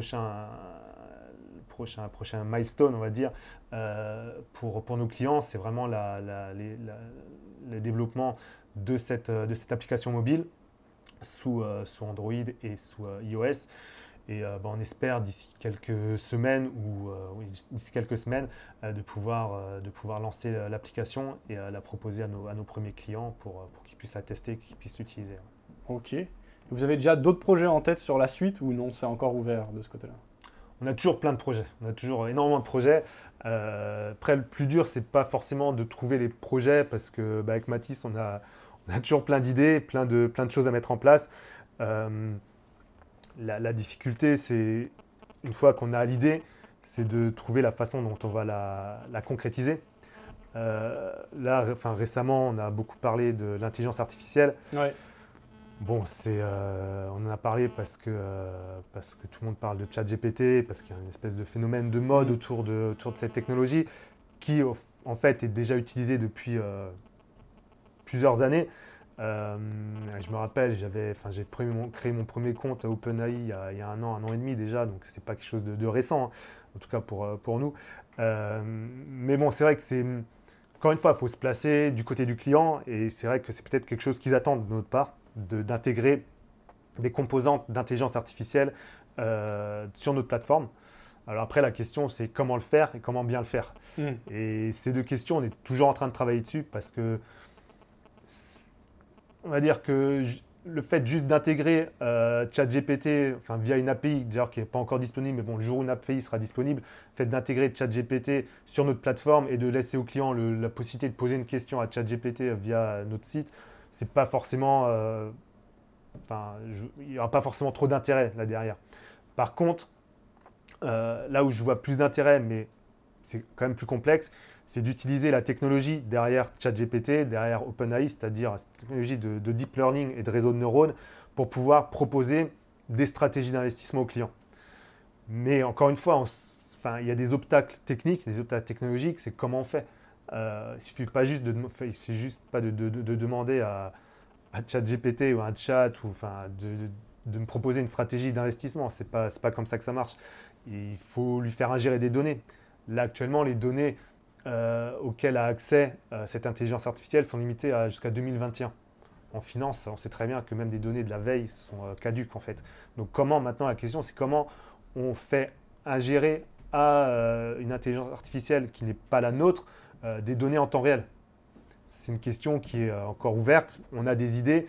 milestone, on va dire, pour nos clients, c'est vraiment le développement de cette application mobile sous Android et sous iOS. Et on espère d'ici quelques semaines de pouvoir lancer l'application et la proposer à nos premiers clients pour qu'ils puissent la tester, qu'ils puissent l'utiliser. Ok. Vous avez déjà d'autres projets en tête sur la suite ou non, c'est encore ouvert de ce côté-là? On a toujours plein de projets, on a toujours énormément de projets. Après, le plus dur, c'est pas forcément de trouver les projets parce que avec Mathis, on a toujours plein d'idées, plein de choses à mettre en place. La difficulté, c'est une fois qu'on a l'idée, c'est de trouver la façon dont on va la concrétiser. Récemment, on a beaucoup parlé de l'intelligence artificielle. Ouais. Bon, on en a parlé parce que tout le monde parle de ChatGPT, parce qu'il y a une espèce de phénomène de mode autour de cette technologie qui, en fait, est déjà utilisée depuis plusieurs années. Je me rappelle, j'ai créé mon premier compte à OpenAI il y a un an et demi déjà, donc c'est pas quelque chose de récent, hein, en tout cas pour nous. Mais bon, c'est vrai que encore une fois, il faut se placer du côté du client et c'est vrai que c'est peut-être quelque chose qu'ils attendent de notre part, d'intégrer des composantes d'intelligence artificielle sur notre plateforme. Alors après, la question, c'est comment le faire et comment bien le faire. Et ces deux questions, on est toujours en train de travailler dessus parce que on va dire que le fait juste d'intégrer ChatGPT via une API, d'ailleurs qui n'est pas encore disponible, mais bon, le jour où une API sera disponible, le fait d'intégrer ChatGPT sur notre plateforme et de laisser au client la possibilité de poser une question à ChatGPT via notre site, c'est pas forcément, il n'y aura pas forcément trop d'intérêt là derrière. Par contre, là où je vois plus d'intérêt, mais c'est quand même plus complexe, c'est d'utiliser la technologie derrière ChatGPT, derrière OpenAI, c'est-à-dire la technologie de deep learning et de réseau de neurones, pour pouvoir proposer des stratégies d'investissement aux clients. Mais encore une fois, il y a des obstacles techniques, des obstacles technologiques, c'est comment on fait. Il ne suffit pas juste de demander à ChatGPT ou à un chat de me proposer une stratégie d'investissement. C'est pas comme ça que ça marche. Il faut lui faire ingérer des données. Là, actuellement, les données auxquelles a accès cette intelligence artificielle sont limitées jusqu'à 2021. En finance, on sait très bien que même des données de la veille sont caduques en fait. Donc comment maintenant, la question c'est comment on fait ingérer à une intelligence artificielle qui n'est pas la nôtre des données en temps réel. C'est une question qui est encore ouverte. On a des idées,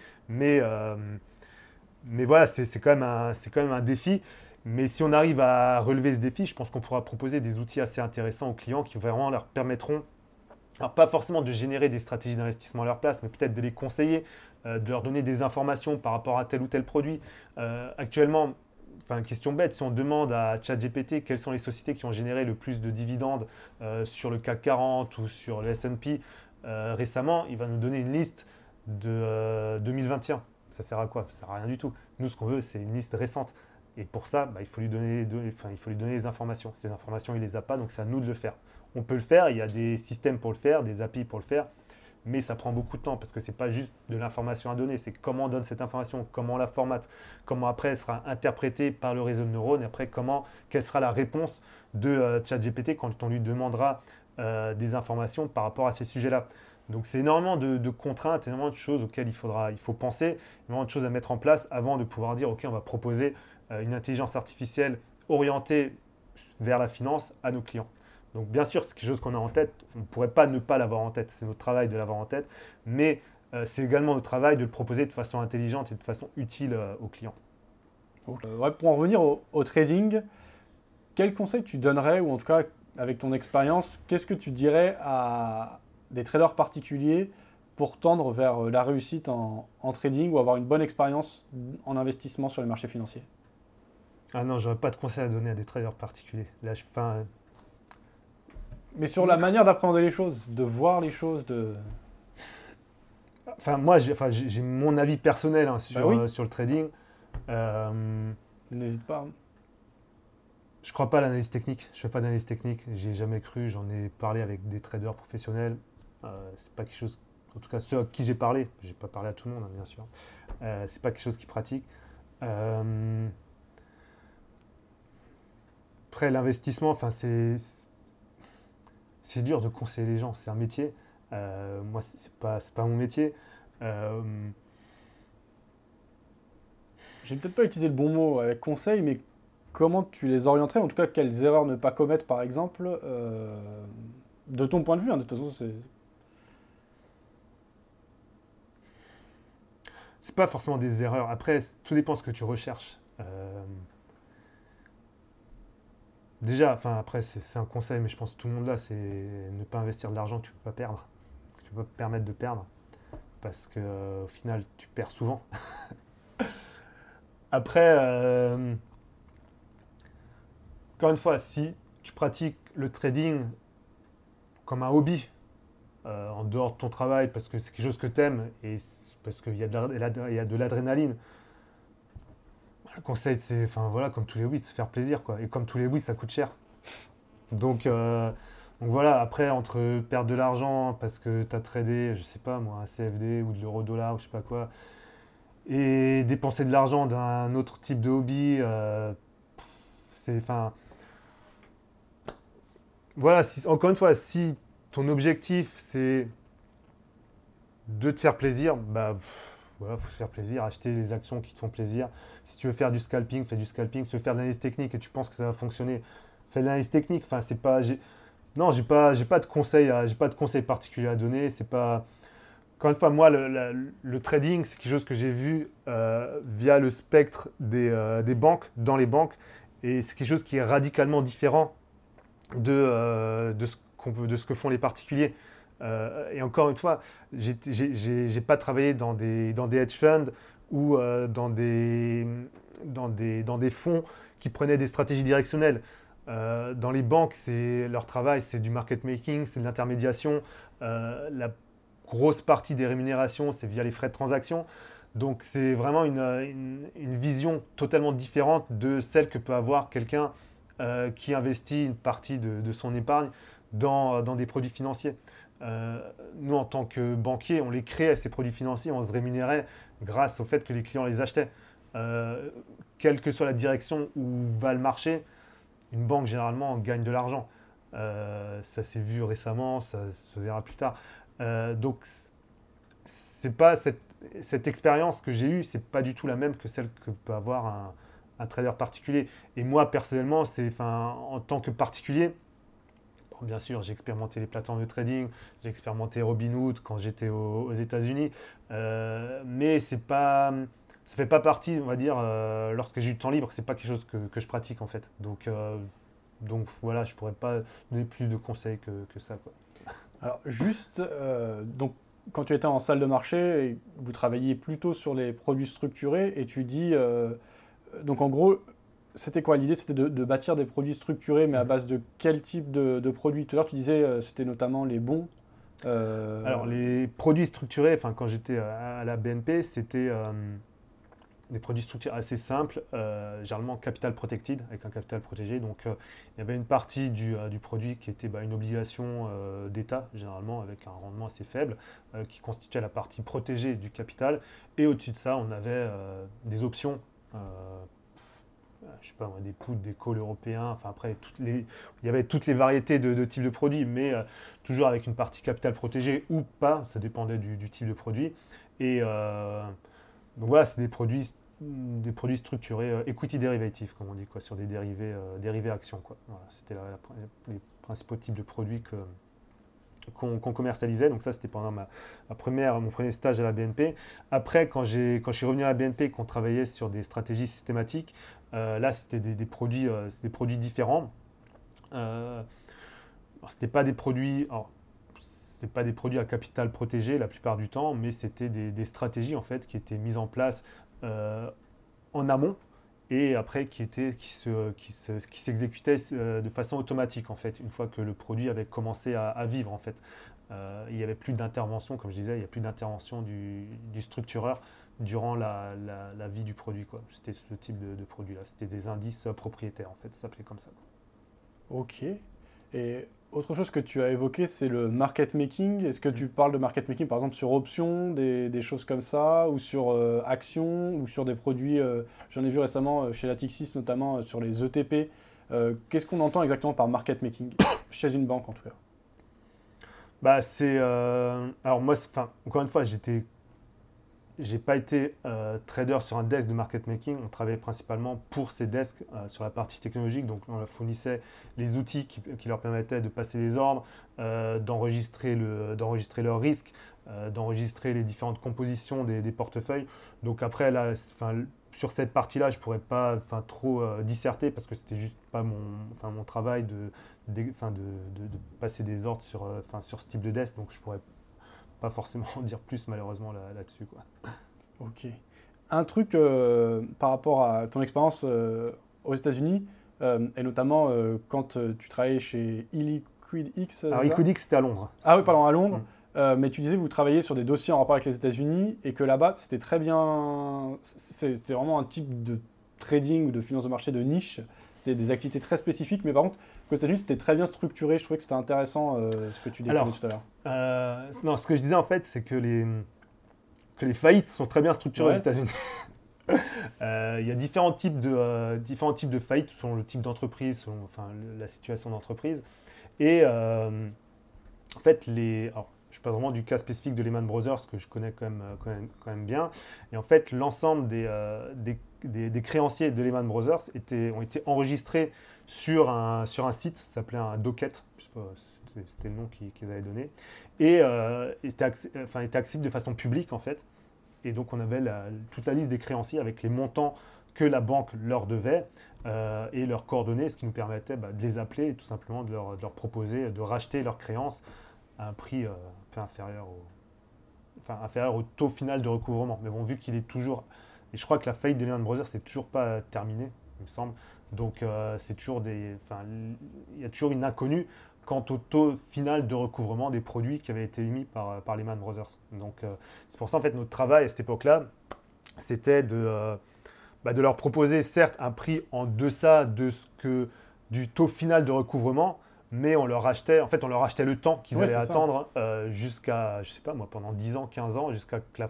mais voilà, c'est quand même un défi. Mais si on arrive à relever ce défi, je pense qu'on pourra proposer des outils assez intéressants aux clients qui vraiment leur permettront, alors pas forcément de générer des stratégies d'investissement à leur place, mais peut-être de les conseiller, de leur donner des informations par rapport à tel ou tel produit. Actuellement, enfin, question bête, si on demande à ChatGPT quelles sont les sociétés qui ont généré le plus de dividendes sur le CAC 40 ou sur le S&P récemment, il va nous donner une liste de 2021. Ça sert à quoi? Ça sert à rien du tout. Nous, ce qu'on veut, c'est une liste récente. Et pour ça, il faut lui donner les informations. Ces informations, il ne les a pas, donc c'est à nous de le faire. On peut le faire, il y a des systèmes pour le faire, des API pour le faire, mais ça prend beaucoup de temps parce que ce n'est pas juste de l'information à donner, c'est comment on donne cette information, comment on la formate, comment après elle sera interprétée par le réseau de neurones, et après quelle sera la réponse de ChatGPT quand on lui demandera des informations par rapport à ces sujets-là. Donc c'est énormément de contraintes, énormément de choses auxquelles il faut penser, énormément de choses à mettre en place avant de pouvoir dire ok, on va proposer une intelligence artificielle orientée vers la finance à nos clients. Donc bien sûr, c'est quelque chose qu'on a en tête, on ne pourrait pas ne pas l'avoir en tête, c'est notre travail de l'avoir en tête, mais c'est également notre travail de le proposer de façon intelligente et de façon utile aux clients. Ouais, pour en revenir au trading, quel conseil tu donnerais, ou en tout cas avec ton expérience, qu'est-ce que tu dirais à des traders particuliers pour tendre vers la réussite en trading ou avoir une bonne expérience en investissement sur les marchés financiers? Ah non, j'aurais pas de conseils à donner à des traders particuliers. Là, Mais sur la manière d'appréhender les choses, de voir les choses, moi, j'ai mon avis personnel oui. sur le trading. N'hésite pas. Je crois pas à l'analyse technique. Je fais pas d'analyse technique. J'ai jamais cru. J'en ai parlé avec des traders professionnels. C'est pas quelque chose. En tout cas, ceux à qui j'ai parlé. J'ai pas parlé à tout le monde, hein, bien sûr. C'est pas quelque chose qu'ils pratiquent. Après, l'investissement, c'est dur de conseiller les gens. C'est un métier. Moi, c'est pas mon métier. J'ai peut-être pas utilisé le bon mot avec conseil, mais comment tu les orienterais, en tout cas quelles erreurs ne pas commettre par exemple, de ton point de vue, hein, de toute façon C'est pas forcément des erreurs. Après, tout dépend de ce que tu recherches. Déjà, après, c'est un conseil, mais je pense que tout le monde là, c'est ne pas investir de l'argent que tu ne peux pas perdre, que tu ne peux pas te permettre de perdre, parce qu'au final, tu perds souvent. Après, encore une fois, si tu pratiques le trading comme un hobby, en dehors de ton travail, parce que c'est quelque chose que tu aimes, et parce qu'il y a de l'adrénaline, le conseil, c'est, voilà, comme tous les hobbies, de se faire plaisir, quoi. Et comme tous les hobbies, ça coûte cher. Donc voilà, après, entre perdre de l'argent parce que tu as tradé, je sais pas moi, un CFD ou de l'euro-dollar ou je sais pas quoi, et dépenser de l'argent d'un autre type de hobby, voilà, encore une fois, si ton objectif c'est de te faire plaisir, voilà, faut se faire plaisir, acheter les actions qui te font plaisir. Si tu veux faire du scalping, fais du scalping. Si tu veux faire de l'analyse technique et tu penses que ça va fonctionner, fais de l'analyse technique. C'est pas, non, j'ai pas de conseils, j'ai pas de conseils particuliers à donner. C'est pas, encore une fois, moi, le trading, c'est quelque chose que j'ai vu via le spectre des banques, dans les banques, et c'est quelque chose qui est radicalement différent de ce que font les particuliers. Et encore une fois, j'ai pas travaillé dans des hedge funds ou dans des fonds qui prenaient des stratégies directionnelles. Dans les banques, leur travail, c'est du market making, c'est de l'intermédiation. La grosse partie des rémunérations, c'est via les frais de transaction. Donc c'est vraiment une vision totalement différente de celle que peut avoir quelqu'un qui investit une partie de son épargne dans des produits financiers. Nous, en tant que banquier, on les créait, ces produits financiers, on se rémunérait grâce au fait que les clients les achetaient. Quelle que soit la direction où va le marché, une banque, généralement, gagne de l'argent. Ça s'est vu récemment, ça se verra plus tard. Donc, c'est pas cette expérience que j'ai eue, c'est pas du tout la même que celle que peut avoir un trader particulier. Et moi, personnellement, en tant que particulier, bon, bien sûr, j'ai expérimenté les plateformes de trading, j'ai expérimenté Robinhood quand j'étais aux États-Unis, mais ça fait pas partie, on va dire, lorsque j'ai du temps libre, c'est pas quelque chose que je pratique en fait. Donc voilà, je pourrais pas donner plus de conseils que ça, quoi. Alors juste, donc quand tu étais en salle de marché, vous travailliez plutôt sur les produits structurés et tu dis, donc en gros, c'était quoi l'idée? C'était de bâtir des produits structurés, mais à base de quel type de produits? Tout à l'heure, tu disais, c'était notamment les bons. Alors les produits structurés, enfin quand j'étais à la BNP, c'était des produits structurés assez simples, généralement capital protected, avec un capital protégé. Donc il y avait une partie du produit qui était une obligation d'État, généralement avec un rendement assez faible, qui constituait la partie protégée du capital. Et au-dessus de ça, on avait des options, je sais pas, des puts, des calls européens, enfin après, il y avait toutes les variétés de types de produits, mais toujours avec une partie capital protégé ou pas, ça dépendait du type de produit. Et donc voilà, c'est des produits structurés, equity derivative, comme on dit, quoi, sur des dérivés actions, quoi. Voilà, c'était les principaux types de produits qu'on commercialisait. Donc ça, c'était pendant mon premier stage à la BNP. Après, quand je suis revenu à la BNP, qu'on travaillait sur des stratégies systématiques, là, c'était des produits différents. C'était pas des produits... c'est pas des produits à capital protégé la plupart du temps, mais c'était des stratégies en fait qui étaient mises en place en amont et après qui s'exécutaient de façon automatique en fait une fois que le produit avait commencé à vivre en fait. Il n'y avait plus d'intervention, comme je disais, il n'y a plus d'intervention du structureur durant la vie du produit, quoi. C'était ce type de produit-là. C'était des indices propriétaires en fait, ça s'appelait comme ça. Ok. Et autre chose que tu as évoqué, c'est le market making. Est-ce que tu parles de market making, par exemple, sur options, des choses comme ça, ou sur actions, ou sur des produits, j'en ai vu récemment chez Natixis, notamment sur les ETP. Qu'est-ce qu'on entend exactement par market making, chez une banque en tout cas? Alors moi, encore une fois, j'ai pas été trader sur un desk de market making. On travaillait principalement pour ces desks sur la partie technologique. Donc on leur fournissait les outils qui leur permettaient de passer les ordres, d'enregistrer leurs risques, d'enregistrer les différentes compositions des portefeuilles. Donc après, là, sur cette partie-là, je pourrais pas trop disserter parce que c'était juste pas mon travail de passer des ordres sur ce type de desk. Donc je pourrais pas forcément en dire plus malheureusement là-dessus, quoi. Ok. Un truc par rapport à ton expérience aux États-Unis, et notamment quand tu travaillais chez eLiquidX. Alors eLiquidX, c'était à Londres. Ah oui, pardon, à Londres. Mais tu disais que vous travailliez sur des dossiers en rapport avec les États-Unis et que là-bas, c'était très bien. C'était vraiment un type de trading ou de finance de marché de niche. C'était des activités très spécifiques, mais par contre, qu'aux États-Unis, c'était très bien structuré. Je trouvais que c'était intéressant ce que tu décrivais tout à l'heure. Non, ce que je disais en fait, c'est que les faillites sont très bien structurées aux États-Unis. Il y a différents types de faillites selon le type d'entreprise, selon la situation d'entreprise. Et en fait, alors, je ne parle vraiment du cas spécifique de Lehman Brothers, que je connais quand même bien. Et en fait, l'ensemble des créanciers de Lehman Brothers ont été enregistrés sur un site, ça s'appelait un docket, je sais pas, c'était le nom qu'ils avaient donné, et était accessible de façon publique en fait. Et donc on avait toute la liste des créanciers avec les montants que la banque leur devait et leurs coordonnées, ce qui nous permettait de les appeler et tout simplement de leur proposer de racheter leurs créances à un prix un peu inférieur au taux final de recouvrement. Mais bon, vu qu'il est toujours... Et je crois que la faillite de Lehman Brothers n'est toujours pas terminée. il me semble. Donc c'est toujours il y a toujours une inconnue quant au taux final de recouvrement des produits qui avaient été émis par Lehman Brothers. Donc c'est pour ça en fait notre travail à cette époque-là, c'était de leur proposer certes un prix en deçà du taux final de recouvrement, mais on leur achetait le temps qu'ils allaient attendre jusqu'à, je sais pas moi, pendant 10 ans, 15 ans,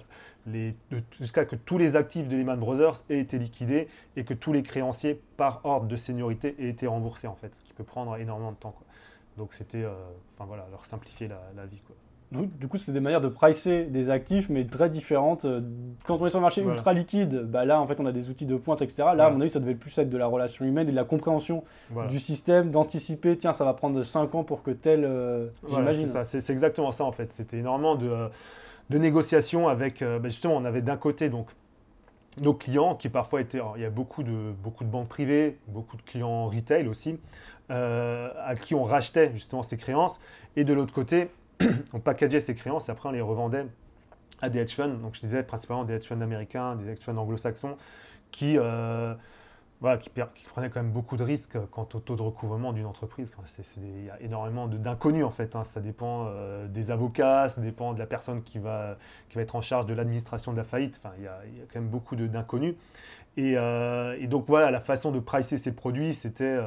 jusqu'à que tous les actifs de Lehman Brothers aient été liquidés et que tous les créanciers par ordre de seniorité aient été remboursés en fait, ce qui peut prendre énormément de temps, quoi. Donc c'était, leur simplifier la vie, quoi. Du coup, c'est des manières de pricer des actifs, mais très différentes. Quand on est sur le marché ultra liquide, bah là, en fait, on a des outils de pointe, etc. Là, à mon avis, ça devait plus être de la relation humaine et de la compréhension du système, d'anticiper, tiens, ça va prendre 5 ans pour que tel, j'imagine. C'est exactement ça, en fait. C'était énormément de négociations avec, justement, on avait d'un côté, donc, nos clients qui parfois étaient, il y a beaucoup de banques privées, beaucoup de clients retail aussi, à qui on rachetait justement ces créances. Et de l'autre côté, on packageait ces créances et après on les revendait à des hedge funds. Donc je disais principalement des hedge funds américains, des hedge funds anglo-saxons qui prenaient quand même beaucoup de risques quant au taux de recouvrement d'une entreprise. Il y a énormément d'inconnus en fait. Ça dépend des avocats, ça dépend de la personne qui va être en charge de l'administration de la faillite. Il y a quand même beaucoup d'inconnus. Et donc voilà, la façon de pricer ces produits, c'était...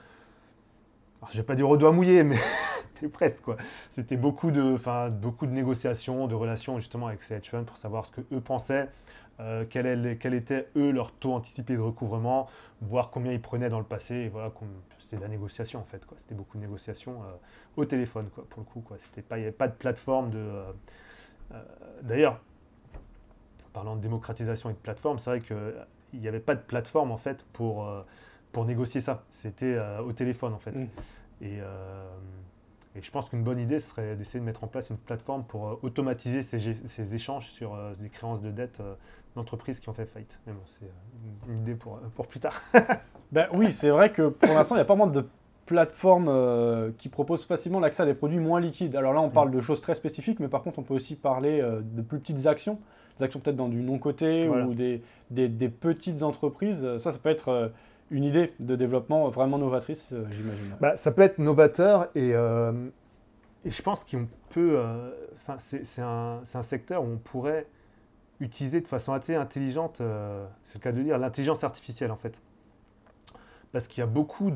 je ne vais pas dire au doigt mouillé, mais presque, quoi. C'était beaucoup de négociations, de relations justement avec ces hedge funds pour savoir ce qu'eux pensaient, quel était eux leur taux anticipé de recouvrement, voir combien ils prenaient dans le passé. Et voilà, c'était de la négociation en fait, quoi. C'était beaucoup de négociations au téléphone, quoi, pour le coup, quoi. Il n'y avait pas de plateforme d'ailleurs, en parlant de démocratisation et de plateforme, c'est vrai qu'il n'y avait pas de plateforme en fait pour négocier ça. C'était au téléphone en fait. Et je pense qu'une bonne idée serait d'essayer de mettre en place une plateforme pour automatiser ces échanges sur des créances de dette d'entreprises qui ont fait faillite. Mais bon, c'est une idée pour plus tard. Ben oui, c'est vrai que pour l'instant, il n'y a pas vraiment de plateforme qui propose facilement l'accès à des produits moins liquides. Alors là, on parle de choses très spécifiques, mais par contre, on peut aussi parler de plus petites actions. Des actions peut-être dans du non-coté ou des petites entreprises. Ça peut être... une idée de développement vraiment novatrice, j'imagine. Ça peut être novateur et je pense qu'on peut... c'est un secteur où on pourrait utiliser de façon assez intelligente, c'est le cas de dire, l'intelligence artificielle en fait. Parce qu'il y a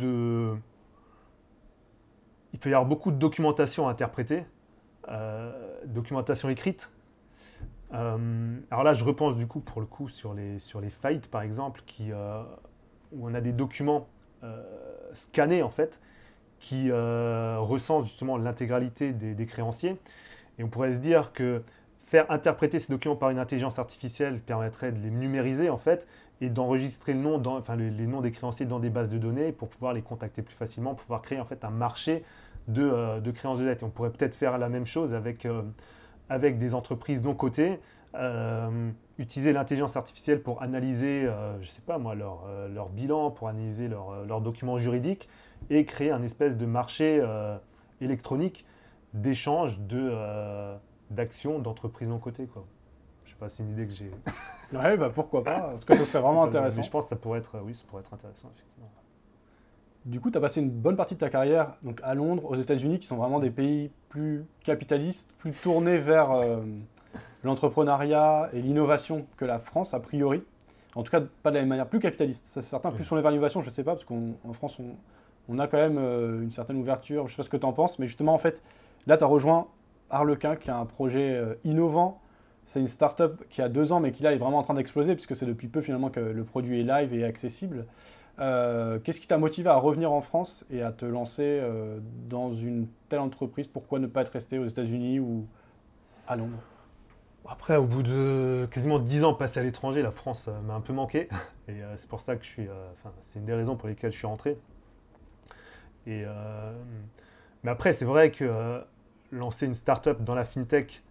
il peut y avoir beaucoup de documentation à interpréter, documentation écrite. Alors là, je repense du coup, pour le coup, sur les faillites par exemple, où on a des documents scannés en fait, qui recensent justement l'intégralité des créanciers. Et on pourrait se dire que faire interpréter ces documents par une intelligence artificielle permettrait de les numériser en fait, et d'enregistrer les noms des créanciers dans des bases de données pour pouvoir les contacter plus facilement, pour pouvoir créer en fait un marché de créances de dette. Et on pourrait peut-être faire la même chose avec des entreprises non cotées. Utiliser l'intelligence artificielle pour analyser, je sais pas moi, leur bilan, pour analyser leurs documents juridiques et créer un espèce de marché électronique d'échange d'actions d'entreprises non cotées, quoi. Je sais pas, c'est une idée que j'ai. Ouais, pourquoi pas. En tout cas, ce serait vraiment intéressant. Mais je pense que ça pourrait être intéressant, effectivement. Du coup, tu as passé une bonne partie de ta carrière donc, à Londres, aux États-Unis, qui sont vraiment des pays plus capitalistes, plus tournés vers l'entrepreneuriat et l'innovation que la France, a priori. En tout cas, pas de la même manière, plus capitaliste. Ça, c'est certain. Plus tourné vers l'innovation, je ne sais pas, parce qu'en France, on a quand même une certaine ouverture. Je ne sais pas ce que tu en penses, mais justement, en fait, là, tu as rejoint Harlequin, qui a un projet innovant. C'est une start-up qui a 2 ans, mais qui là est vraiment en train d'exploser, puisque c'est depuis peu finalement que le produit est live et accessible. Qu'est-ce qui t'a motivé à revenir en France et à te lancer dans une telle entreprise? Pourquoi ne pas être resté aux États-Unis ou à Londres? Après, au bout de quasiment 10 ans passés à l'étranger, la France m'a un peu manqué. Et c'est pour ça que c'est une des raisons pour lesquelles je suis rentré. Mais après, c'est vrai que lancer une start-up dans la fintech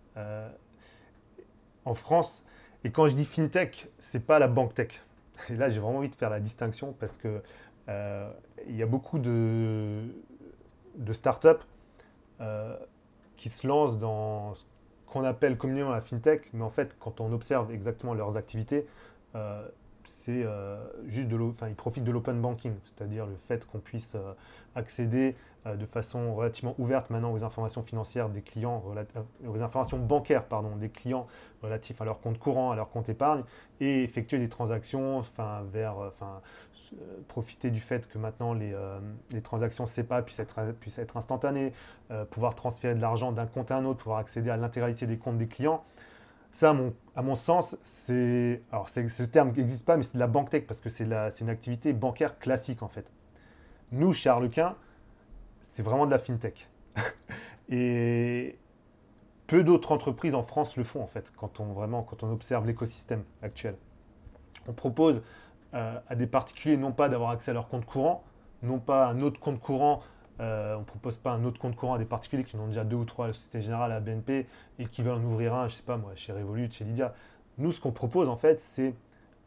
en France, et quand je dis fintech, c'est pas la banque tech. Et là, j'ai vraiment envie de faire la distinction parce que il y a beaucoup de start-up qui se lancent dans ce qu'on appelle communément la fintech, mais en fait, quand on observe exactement leurs activités, juste ils profitent de l'open banking, c'est-à-dire le fait qu'on puisse accéder de façon relativement ouverte maintenant aux informations financières des clients, aux informations bancaires des clients relatifs à leur compte courant, à leur compte épargne, et effectuer des transactions, profiter du fait que maintenant les transactions SEPA puissent être instantanées, pouvoir transférer de l'argent d'un compte à un autre, pouvoir accéder à l'intégralité des comptes des clients. Ça, à mon sens, ce terme n'existe pas, mais c'est de la banktech parce que c'est une activité bancaire classique en fait. Nous, chez Arlequin, c'est vraiment de la fintech. Et peu d'autres entreprises en France le font en fait, quand on observe l'écosystème actuel. On propose à des particuliers non pas d'avoir accès à leur compte courant, non pas un autre compte courant. On ne propose pas un autre compte courant à des particuliers qui en ont déjà 2 ou 3 à la Société Générale, à la BNP, et qui veulent en ouvrir un, je sais pas moi, chez Revolut, chez Lydia. Nous, ce qu'on propose en fait, c'est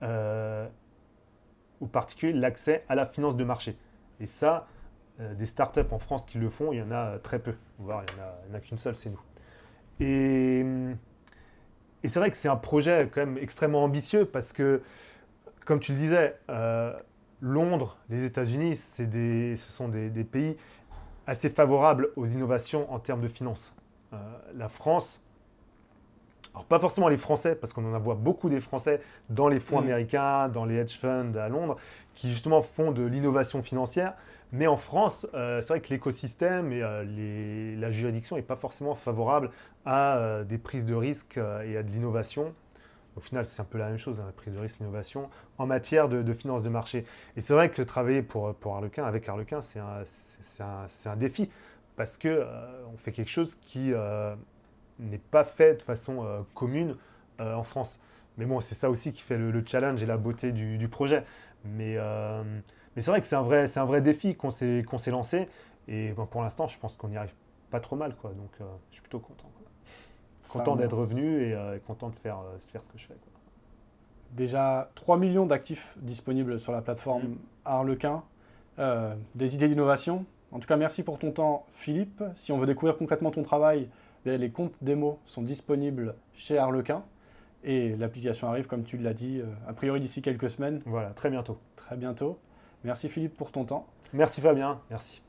aux particuliers l'accès à la finance de marché. Et ça, des startups en France qui le font, il y en a très peu. Voire il n'y en a qu'une seule, c'est nous. Et c'est vrai que c'est un projet quand même extrêmement ambitieux parce que, comme tu le disais, Londres, les États-Unis, ce sont des pays assez favorables aux innovations en termes de finances. La France, alors pas forcément les Français, parce qu'on en voit beaucoup des Français dans les fonds américains, dans les hedge funds à Londres, qui justement font de l'innovation financière. Mais en France, c'est vrai que l'écosystème et la juridiction n'est pas forcément favorable à des prises de risques et à de l'innovation. Au final, c'est un peu la même chose, la prise de risque, l'innovation, en matière de finances de marché. Et c'est vrai que travailler pour Arlequin, avec Arlequin, c'est un défi, parce qu'on fait quelque chose qui n'est pas fait de façon commune en France. Mais bon, c'est ça aussi qui fait le challenge et la beauté du projet. Mais c'est vrai que c'est un vrai défi qu'on s'est lancé. Et bon, pour l'instant, je pense qu'on n'y arrive pas trop mal, quoi. Donc, je suis plutôt content. Content d'être revenu et content de faire ce que je fais, quoi. Déjà 3 millions d'actifs disponibles sur la plateforme Arlequin, des idées d'innovation. En tout cas, merci pour ton temps, Philippe. Si on veut découvrir concrètement ton travail, les comptes démo sont disponibles chez Arlequin. Et l'application arrive, comme tu l'as dit, a priori d'ici quelques semaines. Voilà, très bientôt. Très bientôt. Merci Philippe pour ton temps. Merci Fabien, merci.